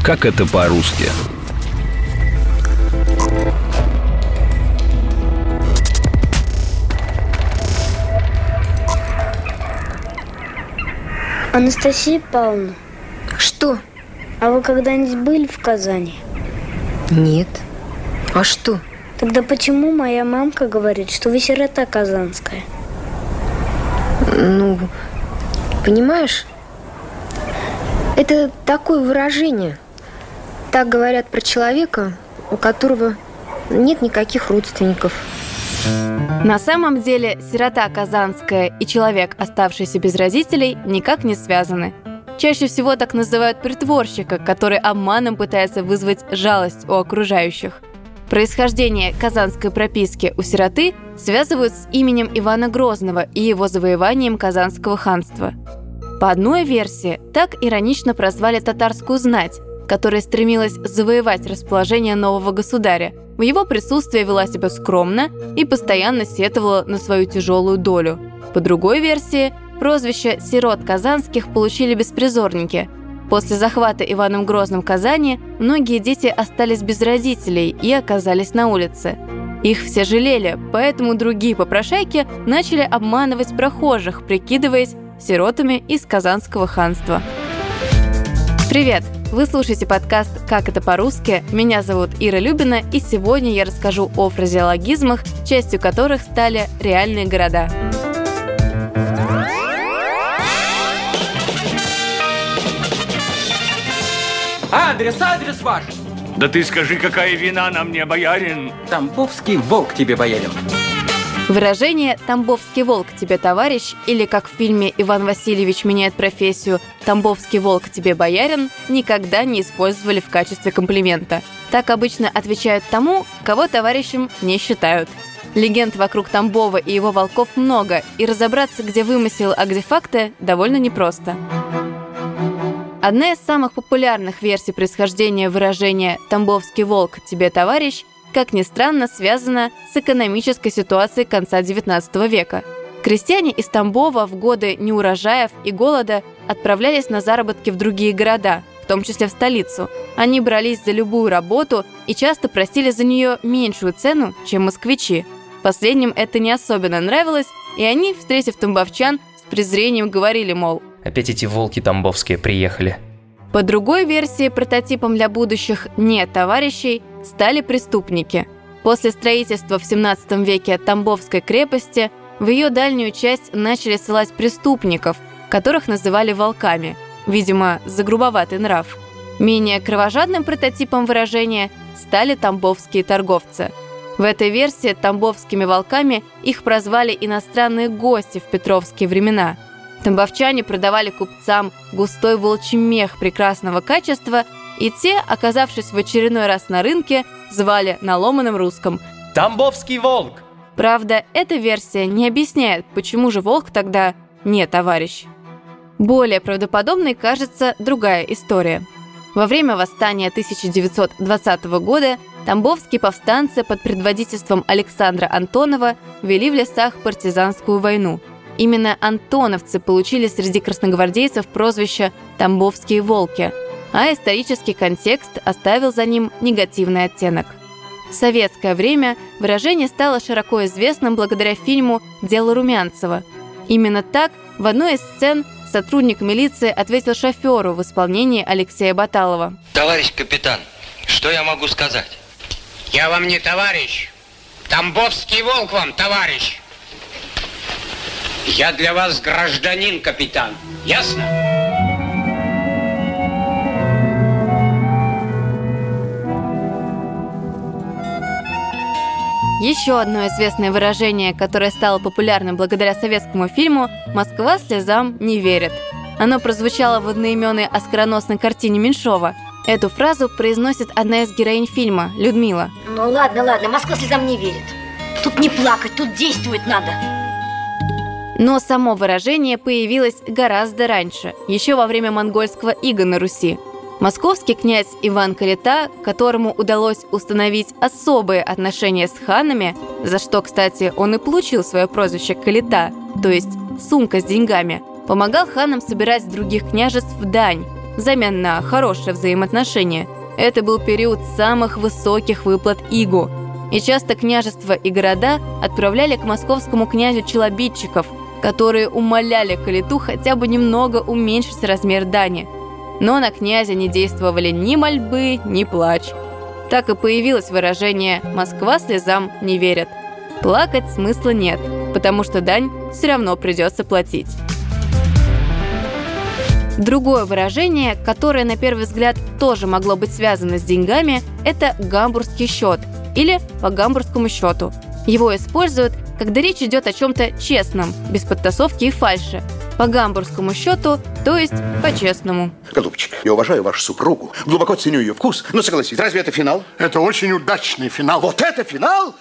Как это по-русски? Анастасия Павловна, Что? а вы когда-нибудь были в Казани? Нет. А что? Тогда почему моя мамка говорит, что вы сирота казанская? Ну, понимаешь, это такое выражение. Так говорят про человека, у которого нет никаких родственников. На самом деле, сирота казанская и человек, оставшийся без родителей, никак не связаны. Чаще всего так называют притворщика, который обманом пытается вызвать жалость у окружающих. Происхождение казанской прописки у сироты связывают с именем Ивана Грозного и его завоеванием Казанского ханства. По одной версии, так иронично прозвали татарскую знать, которая стремилась завоевать расположение нового государя. В его присутствии вела себя скромно и постоянно сетовала на свою тяжелую долю. По другой версии, прозвище «сирот казанских» получили беспризорники. После захвата Иваном Грозным Казани многие дети остались без родителей и оказались на улице. Их все жалели, поэтому другие попрошайки начали обманывать прохожих, прикидываясь сиротами из Казанского ханства. Привет! Вы слушаете подкаст «Как это по-русски?». Меня зовут Ира Любина, и сегодня я расскажу о фразеологизмах, частью которых стали реальные города. Адрес ваш! Да ты скажи, какая вина на мне, боярин? Тамбовский волк тебе, боярин. Выражение «Тамбовский волк тебе, товарищ» или, как в фильме «Иван Васильевич меняет профессию», «Тамбовский волк тебе, боярин» никогда не использовали в качестве комплимента. Так обычно отвечают тому, кого товарищем не считают. Легенд вокруг Тамбова и его волков много, и разобраться, где вымысел, а где факты, довольно непросто. Одна из самых популярных версий происхождения выражения «Тамбовский волк тебе, товарищ» как ни странно, связана с экономической ситуацией конца XIX века. Крестьяне из Тамбова в годы неурожаев и голода отправлялись на заработки в другие города, в том числе в столицу. Они брались за любую работу и часто просили за нее меньшую цену, чем москвичи. Последним это не особенно нравилось, и они, встретив тамбовчан, с презрением говорили, мол, «Опять эти волки тамбовские приехали». По другой версии, прототипом для будущих «не товарищей» стали преступники. После строительства в XVII веке Тамбовской крепости в ее дальнюю часть начали ссылать преступников, которых называли волками, видимо, за грубоватый нрав. Менее кровожадным прототипом выражения стали тамбовские торговцы. В этой версии тамбовскими волками их прозвали иностранные гости в петровские времена. Тамбовчане продавали купцам густой волчий мех прекрасного качества, и те, оказавшись в очередной раз на рынке, звали на ломаном русском «Тамбовский волк!». Правда, эта версия не объясняет, почему же волк тогда не товарищ. Более правдоподобной кажется другая история. Во время восстания 1920 года тамбовские повстанцы под предводительством Александра Антонова вели в лесах партизанскую войну. Именно антоновцы получили среди красногвардейцев прозвище «Тамбовские волки», а исторический контекст оставил за ним негативный оттенок. В советское время выражение стало широко известным благодаря фильму «Дело Румянцева». Именно так в одной из сцен сотрудник милиции ответил шоферу в исполнении Алексея Баталова. Товарищ капитан, что я могу сказать? Я вам не товарищ. Тамбовский волк вам, товарищ. Я для вас гражданин, капитан. Ясно? Еще одно известное выражение, которое стало популярным благодаря советскому фильму «Москва слезам не верит». Оно прозвучало в одноименной оскароносной картине Меньшова. Эту фразу произносит одна из героинь фильма, Людмила. Ну ладно, Москва слезам не верит. Тут не плакать, тут действовать надо. Но само выражение появилось гораздо раньше, еще во время монгольского ига на Руси. Московский князь Иван Калита, которому удалось установить особые отношения с ханами, за что, кстати, он и получил свое прозвище Калита, то есть «сумка с деньгами», помогал ханам собирать с других княжеств дань, взамен на хорошие взаимоотношения. Это был период самых высоких выплат игу. И часто княжества и города отправляли к московскому князю челобитчиков, которые умоляли калиту хотя бы немного уменьшить размер дани. Но на князя не действовали ни мольбы, ни плач. Так и появилось выражение «Москва слезам не верит». Плакать смысла нет, потому что дань все равно придется платить. Другое выражение, которое на первый взгляд тоже могло быть связано с деньгами, это «гамбургский счет» или «по гамбургскому счету». Его используют, когда речь идет о чем-то честном, без подтасовки и фальши. По гамбургскому счету, то есть по-честному. Голубчик, я уважаю вашу супругу, глубоко ценю ее вкус, но согласись, разве это финал? Это очень удачный финал. Вот это финал?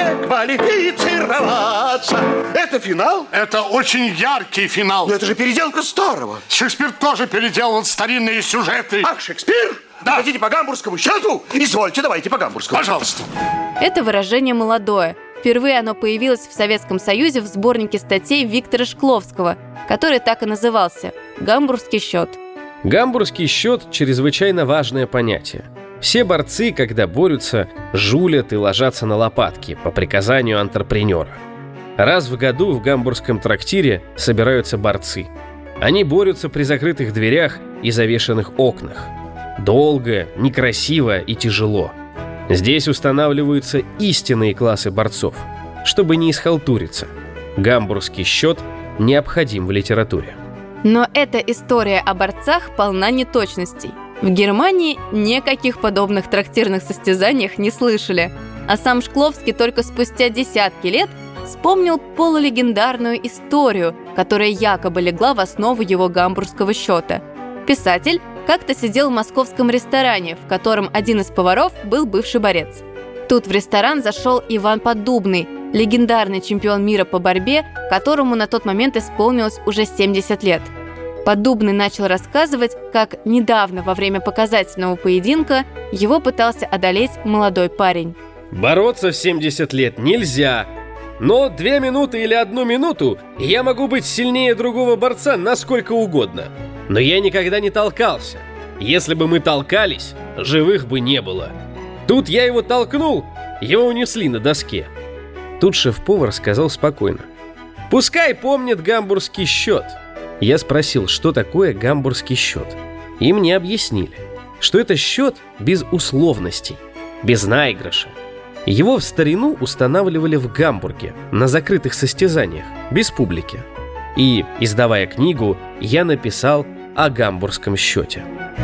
Переквалифицироваться! Это финал? Это очень яркий финал. Но это же переделка старого. Шекспир тоже переделал старинные сюжеты. Ах, Шекспир? Да. Хотите по гамбургскому счету? Извольте, давайте по гамбургскому. Пожалуйста. Это выражение молодое. Впервые оно появилось в Советском Союзе в сборнике статей Виктора Шкловского, который так и назывался «Гамбургский счет». Гамбургский счет – чрезвычайно важное понятие. Все борцы, когда борются, жулят и ложатся на лопатки по приказанию антрепренера. Раз в году в гамбургском трактире собираются борцы. Они борются при закрытых дверях и завешенных окнах. Долго, некрасиво и тяжело. Здесь устанавливаются истинные классы борцов, чтобы не исхалтуриться. Гамбургский счет необходим в литературе. Но эта история о борцах полна неточностей. В Германии никаких подобных трактирных состязаниях не слышали, а сам Шкловский только спустя десятки лет вспомнил полулегендарную историю, которая якобы легла в основу его гамбургского счета. Писатель как-то сидел в московском ресторане, в котором один из поваров был бывший борец. Тут в ресторан зашел Иван Поддубный, легендарный чемпион мира по борьбе, которому на тот момент исполнилось уже 70 лет. Поддубный начал рассказывать, как недавно во время показательного поединка его пытался одолеть молодой парень. Бороться в 70 лет нельзя, но 2 минуты или 1 минуту я могу быть сильнее другого борца насколько угодно. Но я никогда не толкался. Если бы мы толкались, живых бы не было. Тут я его толкнул, его унесли на доске. Тут шеф-повар сказал спокойно: «Пускай помнит гамбургский счет». Я спросил, что такое гамбургский счет. И мне объяснили, что это счет без условностей, без наигрыша. Его в старину устанавливали в Гамбурге на закрытых состязаниях, без публики. И, издавая книгу, я написал о гамбургском счете.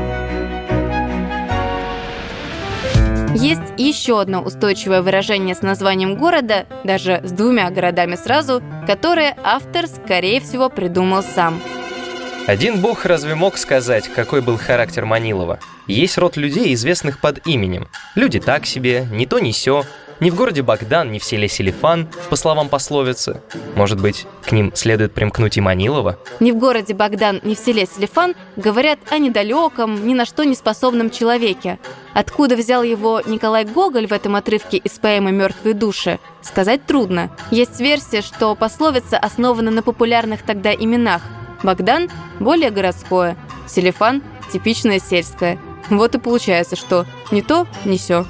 Есть еще одно устойчивое выражение с названием города, даже с 2 городами сразу, которое автор, скорее всего, придумал сам. Один бог разве мог сказать, какой был характер Манилова? Есть род людей, известных под именем. Люди так себе, ни то ни сё. Ни в городе Богдан, ни в селе Селифан, по словам пословицы. Может быть, к ним следует примкнуть и Манилова? Ни в городе Богдан, ни в селе Селифан говорят о недалеком, ни на что не способном человеке. Откуда взял его Николай Гоголь в этом отрывке из поэмы «Мертвые души», сказать трудно. Есть версия, что пословица основана на популярных тогда именах. Богдан – более городское, Селифан – типичное сельское. Вот и получается, что ни то, ни сё.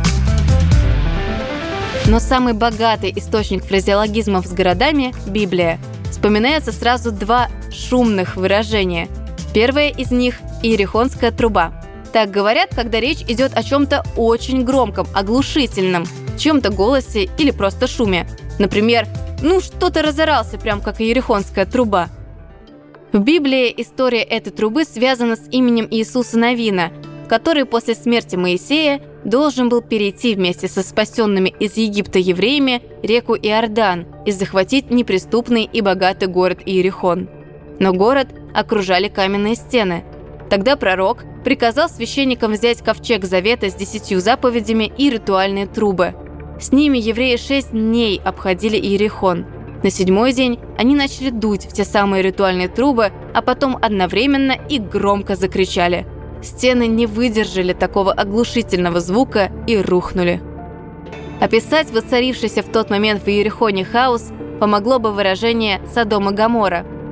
Но самый богатый источник фразеологизмов с городами – Библия. Вспоминается сразу 2 шумных выражения. Первое из них – иерихонская труба. Так говорят, когда речь идет о чем-то очень громком, оглушительном, чьем-то голосе или просто шуме. Например, «ну что-то разорался, прям как иерихонская труба». В Библии история этой трубы связана с именем Иисуса Навина, который после смерти Моисея должен был перейти вместе со спасенными из Египта евреями реку Иордан и захватить неприступный и богатый город Иерихон. Но город окружали каменные стены. Тогда пророк приказал священникам взять ковчег завета с 10 заповедями и ритуальные трубы. С ними евреи 6 дней обходили Иерихон. На 7-й день они начали дуть в те самые ритуальные трубы, а потом одновременно и громко закричали. Стены не выдержали такого оглушительного звука и рухнули. Описать воцарившийся в тот момент в Иерихоне хаос помогло бы выражение «Содом и Гоморра».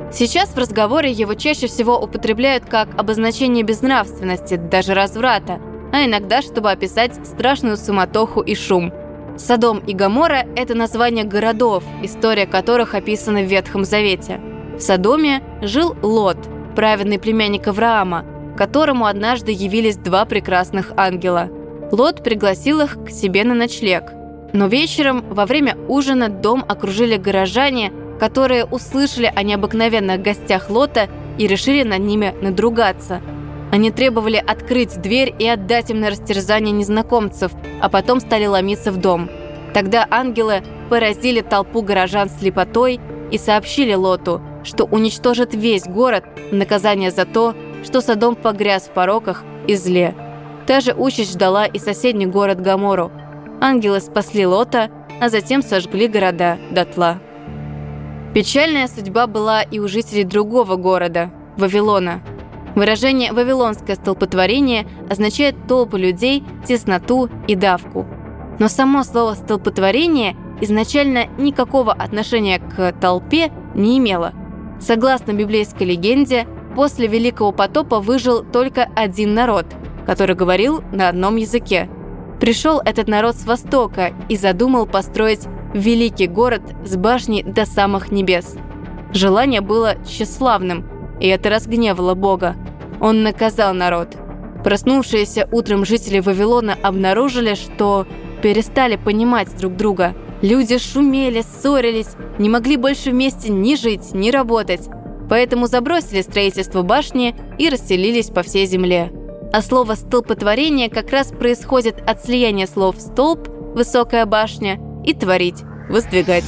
Сейчас в разговоре его чаще всего употребляют как обозначение безнравственности, даже разврата, а иногда, чтобы описать страшную суматоху и шум. Содом и Гоморра – это названия городов, история которых описана в Ветхом Завете. В Содоме жил Лот, праведный племянник Авраама, которому однажды явились два прекрасных ангела. Лот пригласил их к себе на ночлег. Но вечером, во время ужина, дом окружили горожане, которые услышали о необыкновенных гостях Лота и решили над ними надругаться. Они требовали открыть дверь и отдать им на растерзание незнакомцев, а потом стали ломиться в дом. Тогда ангелы поразили толпу горожан слепотой и сообщили Лоту, что уничтожат весь город в наказание за то, что Содом погряз в пороках и зле. Та же участь ждала и соседний город Гоморру. Ангелы спасли Лота, а затем сожгли города дотла. Печальная судьба была и у жителей другого города – Вавилона. Выражение «вавилонское столпотворение» означает толпу людей, тесноту и давку. Но само слово «столпотворение» изначально никакого отношения к толпе не имело. Согласно библейской легенде, после Великого потопа выжил только один народ, который говорил на одном языке. Пришел этот народ с востока и задумал построить великий город с башней до самых небес. Желание было тщеславным, и это разгневало Бога. Он наказал народ. Проснувшиеся утром жители Вавилона обнаружили, что перестали понимать друг друга. Люди шумели, ссорились, не могли больше вместе ни жить, ни работать. Поэтому забросили строительство башни и расселились по всей земле. А слово «столпотворение» как раз происходит от слияния слов «столб» – «высокая башня» и «творить» – «воздвигать».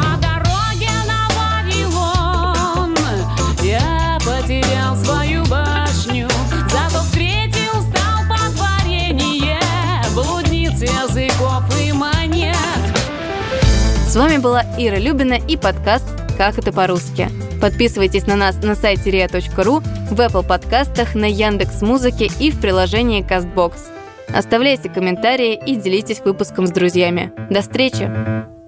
Я потерял свою башню, зато встретил столпотворение, блудниц, языков и монет. С вами была Ира Любина и подкаст «Как это по-русски». Подписывайтесь на нас на сайте ria.ru, в Apple подкастах, на Яндекс.Музыке и в приложении CastBox. Оставляйте комментарии и делитесь выпуском с друзьями. До встречи!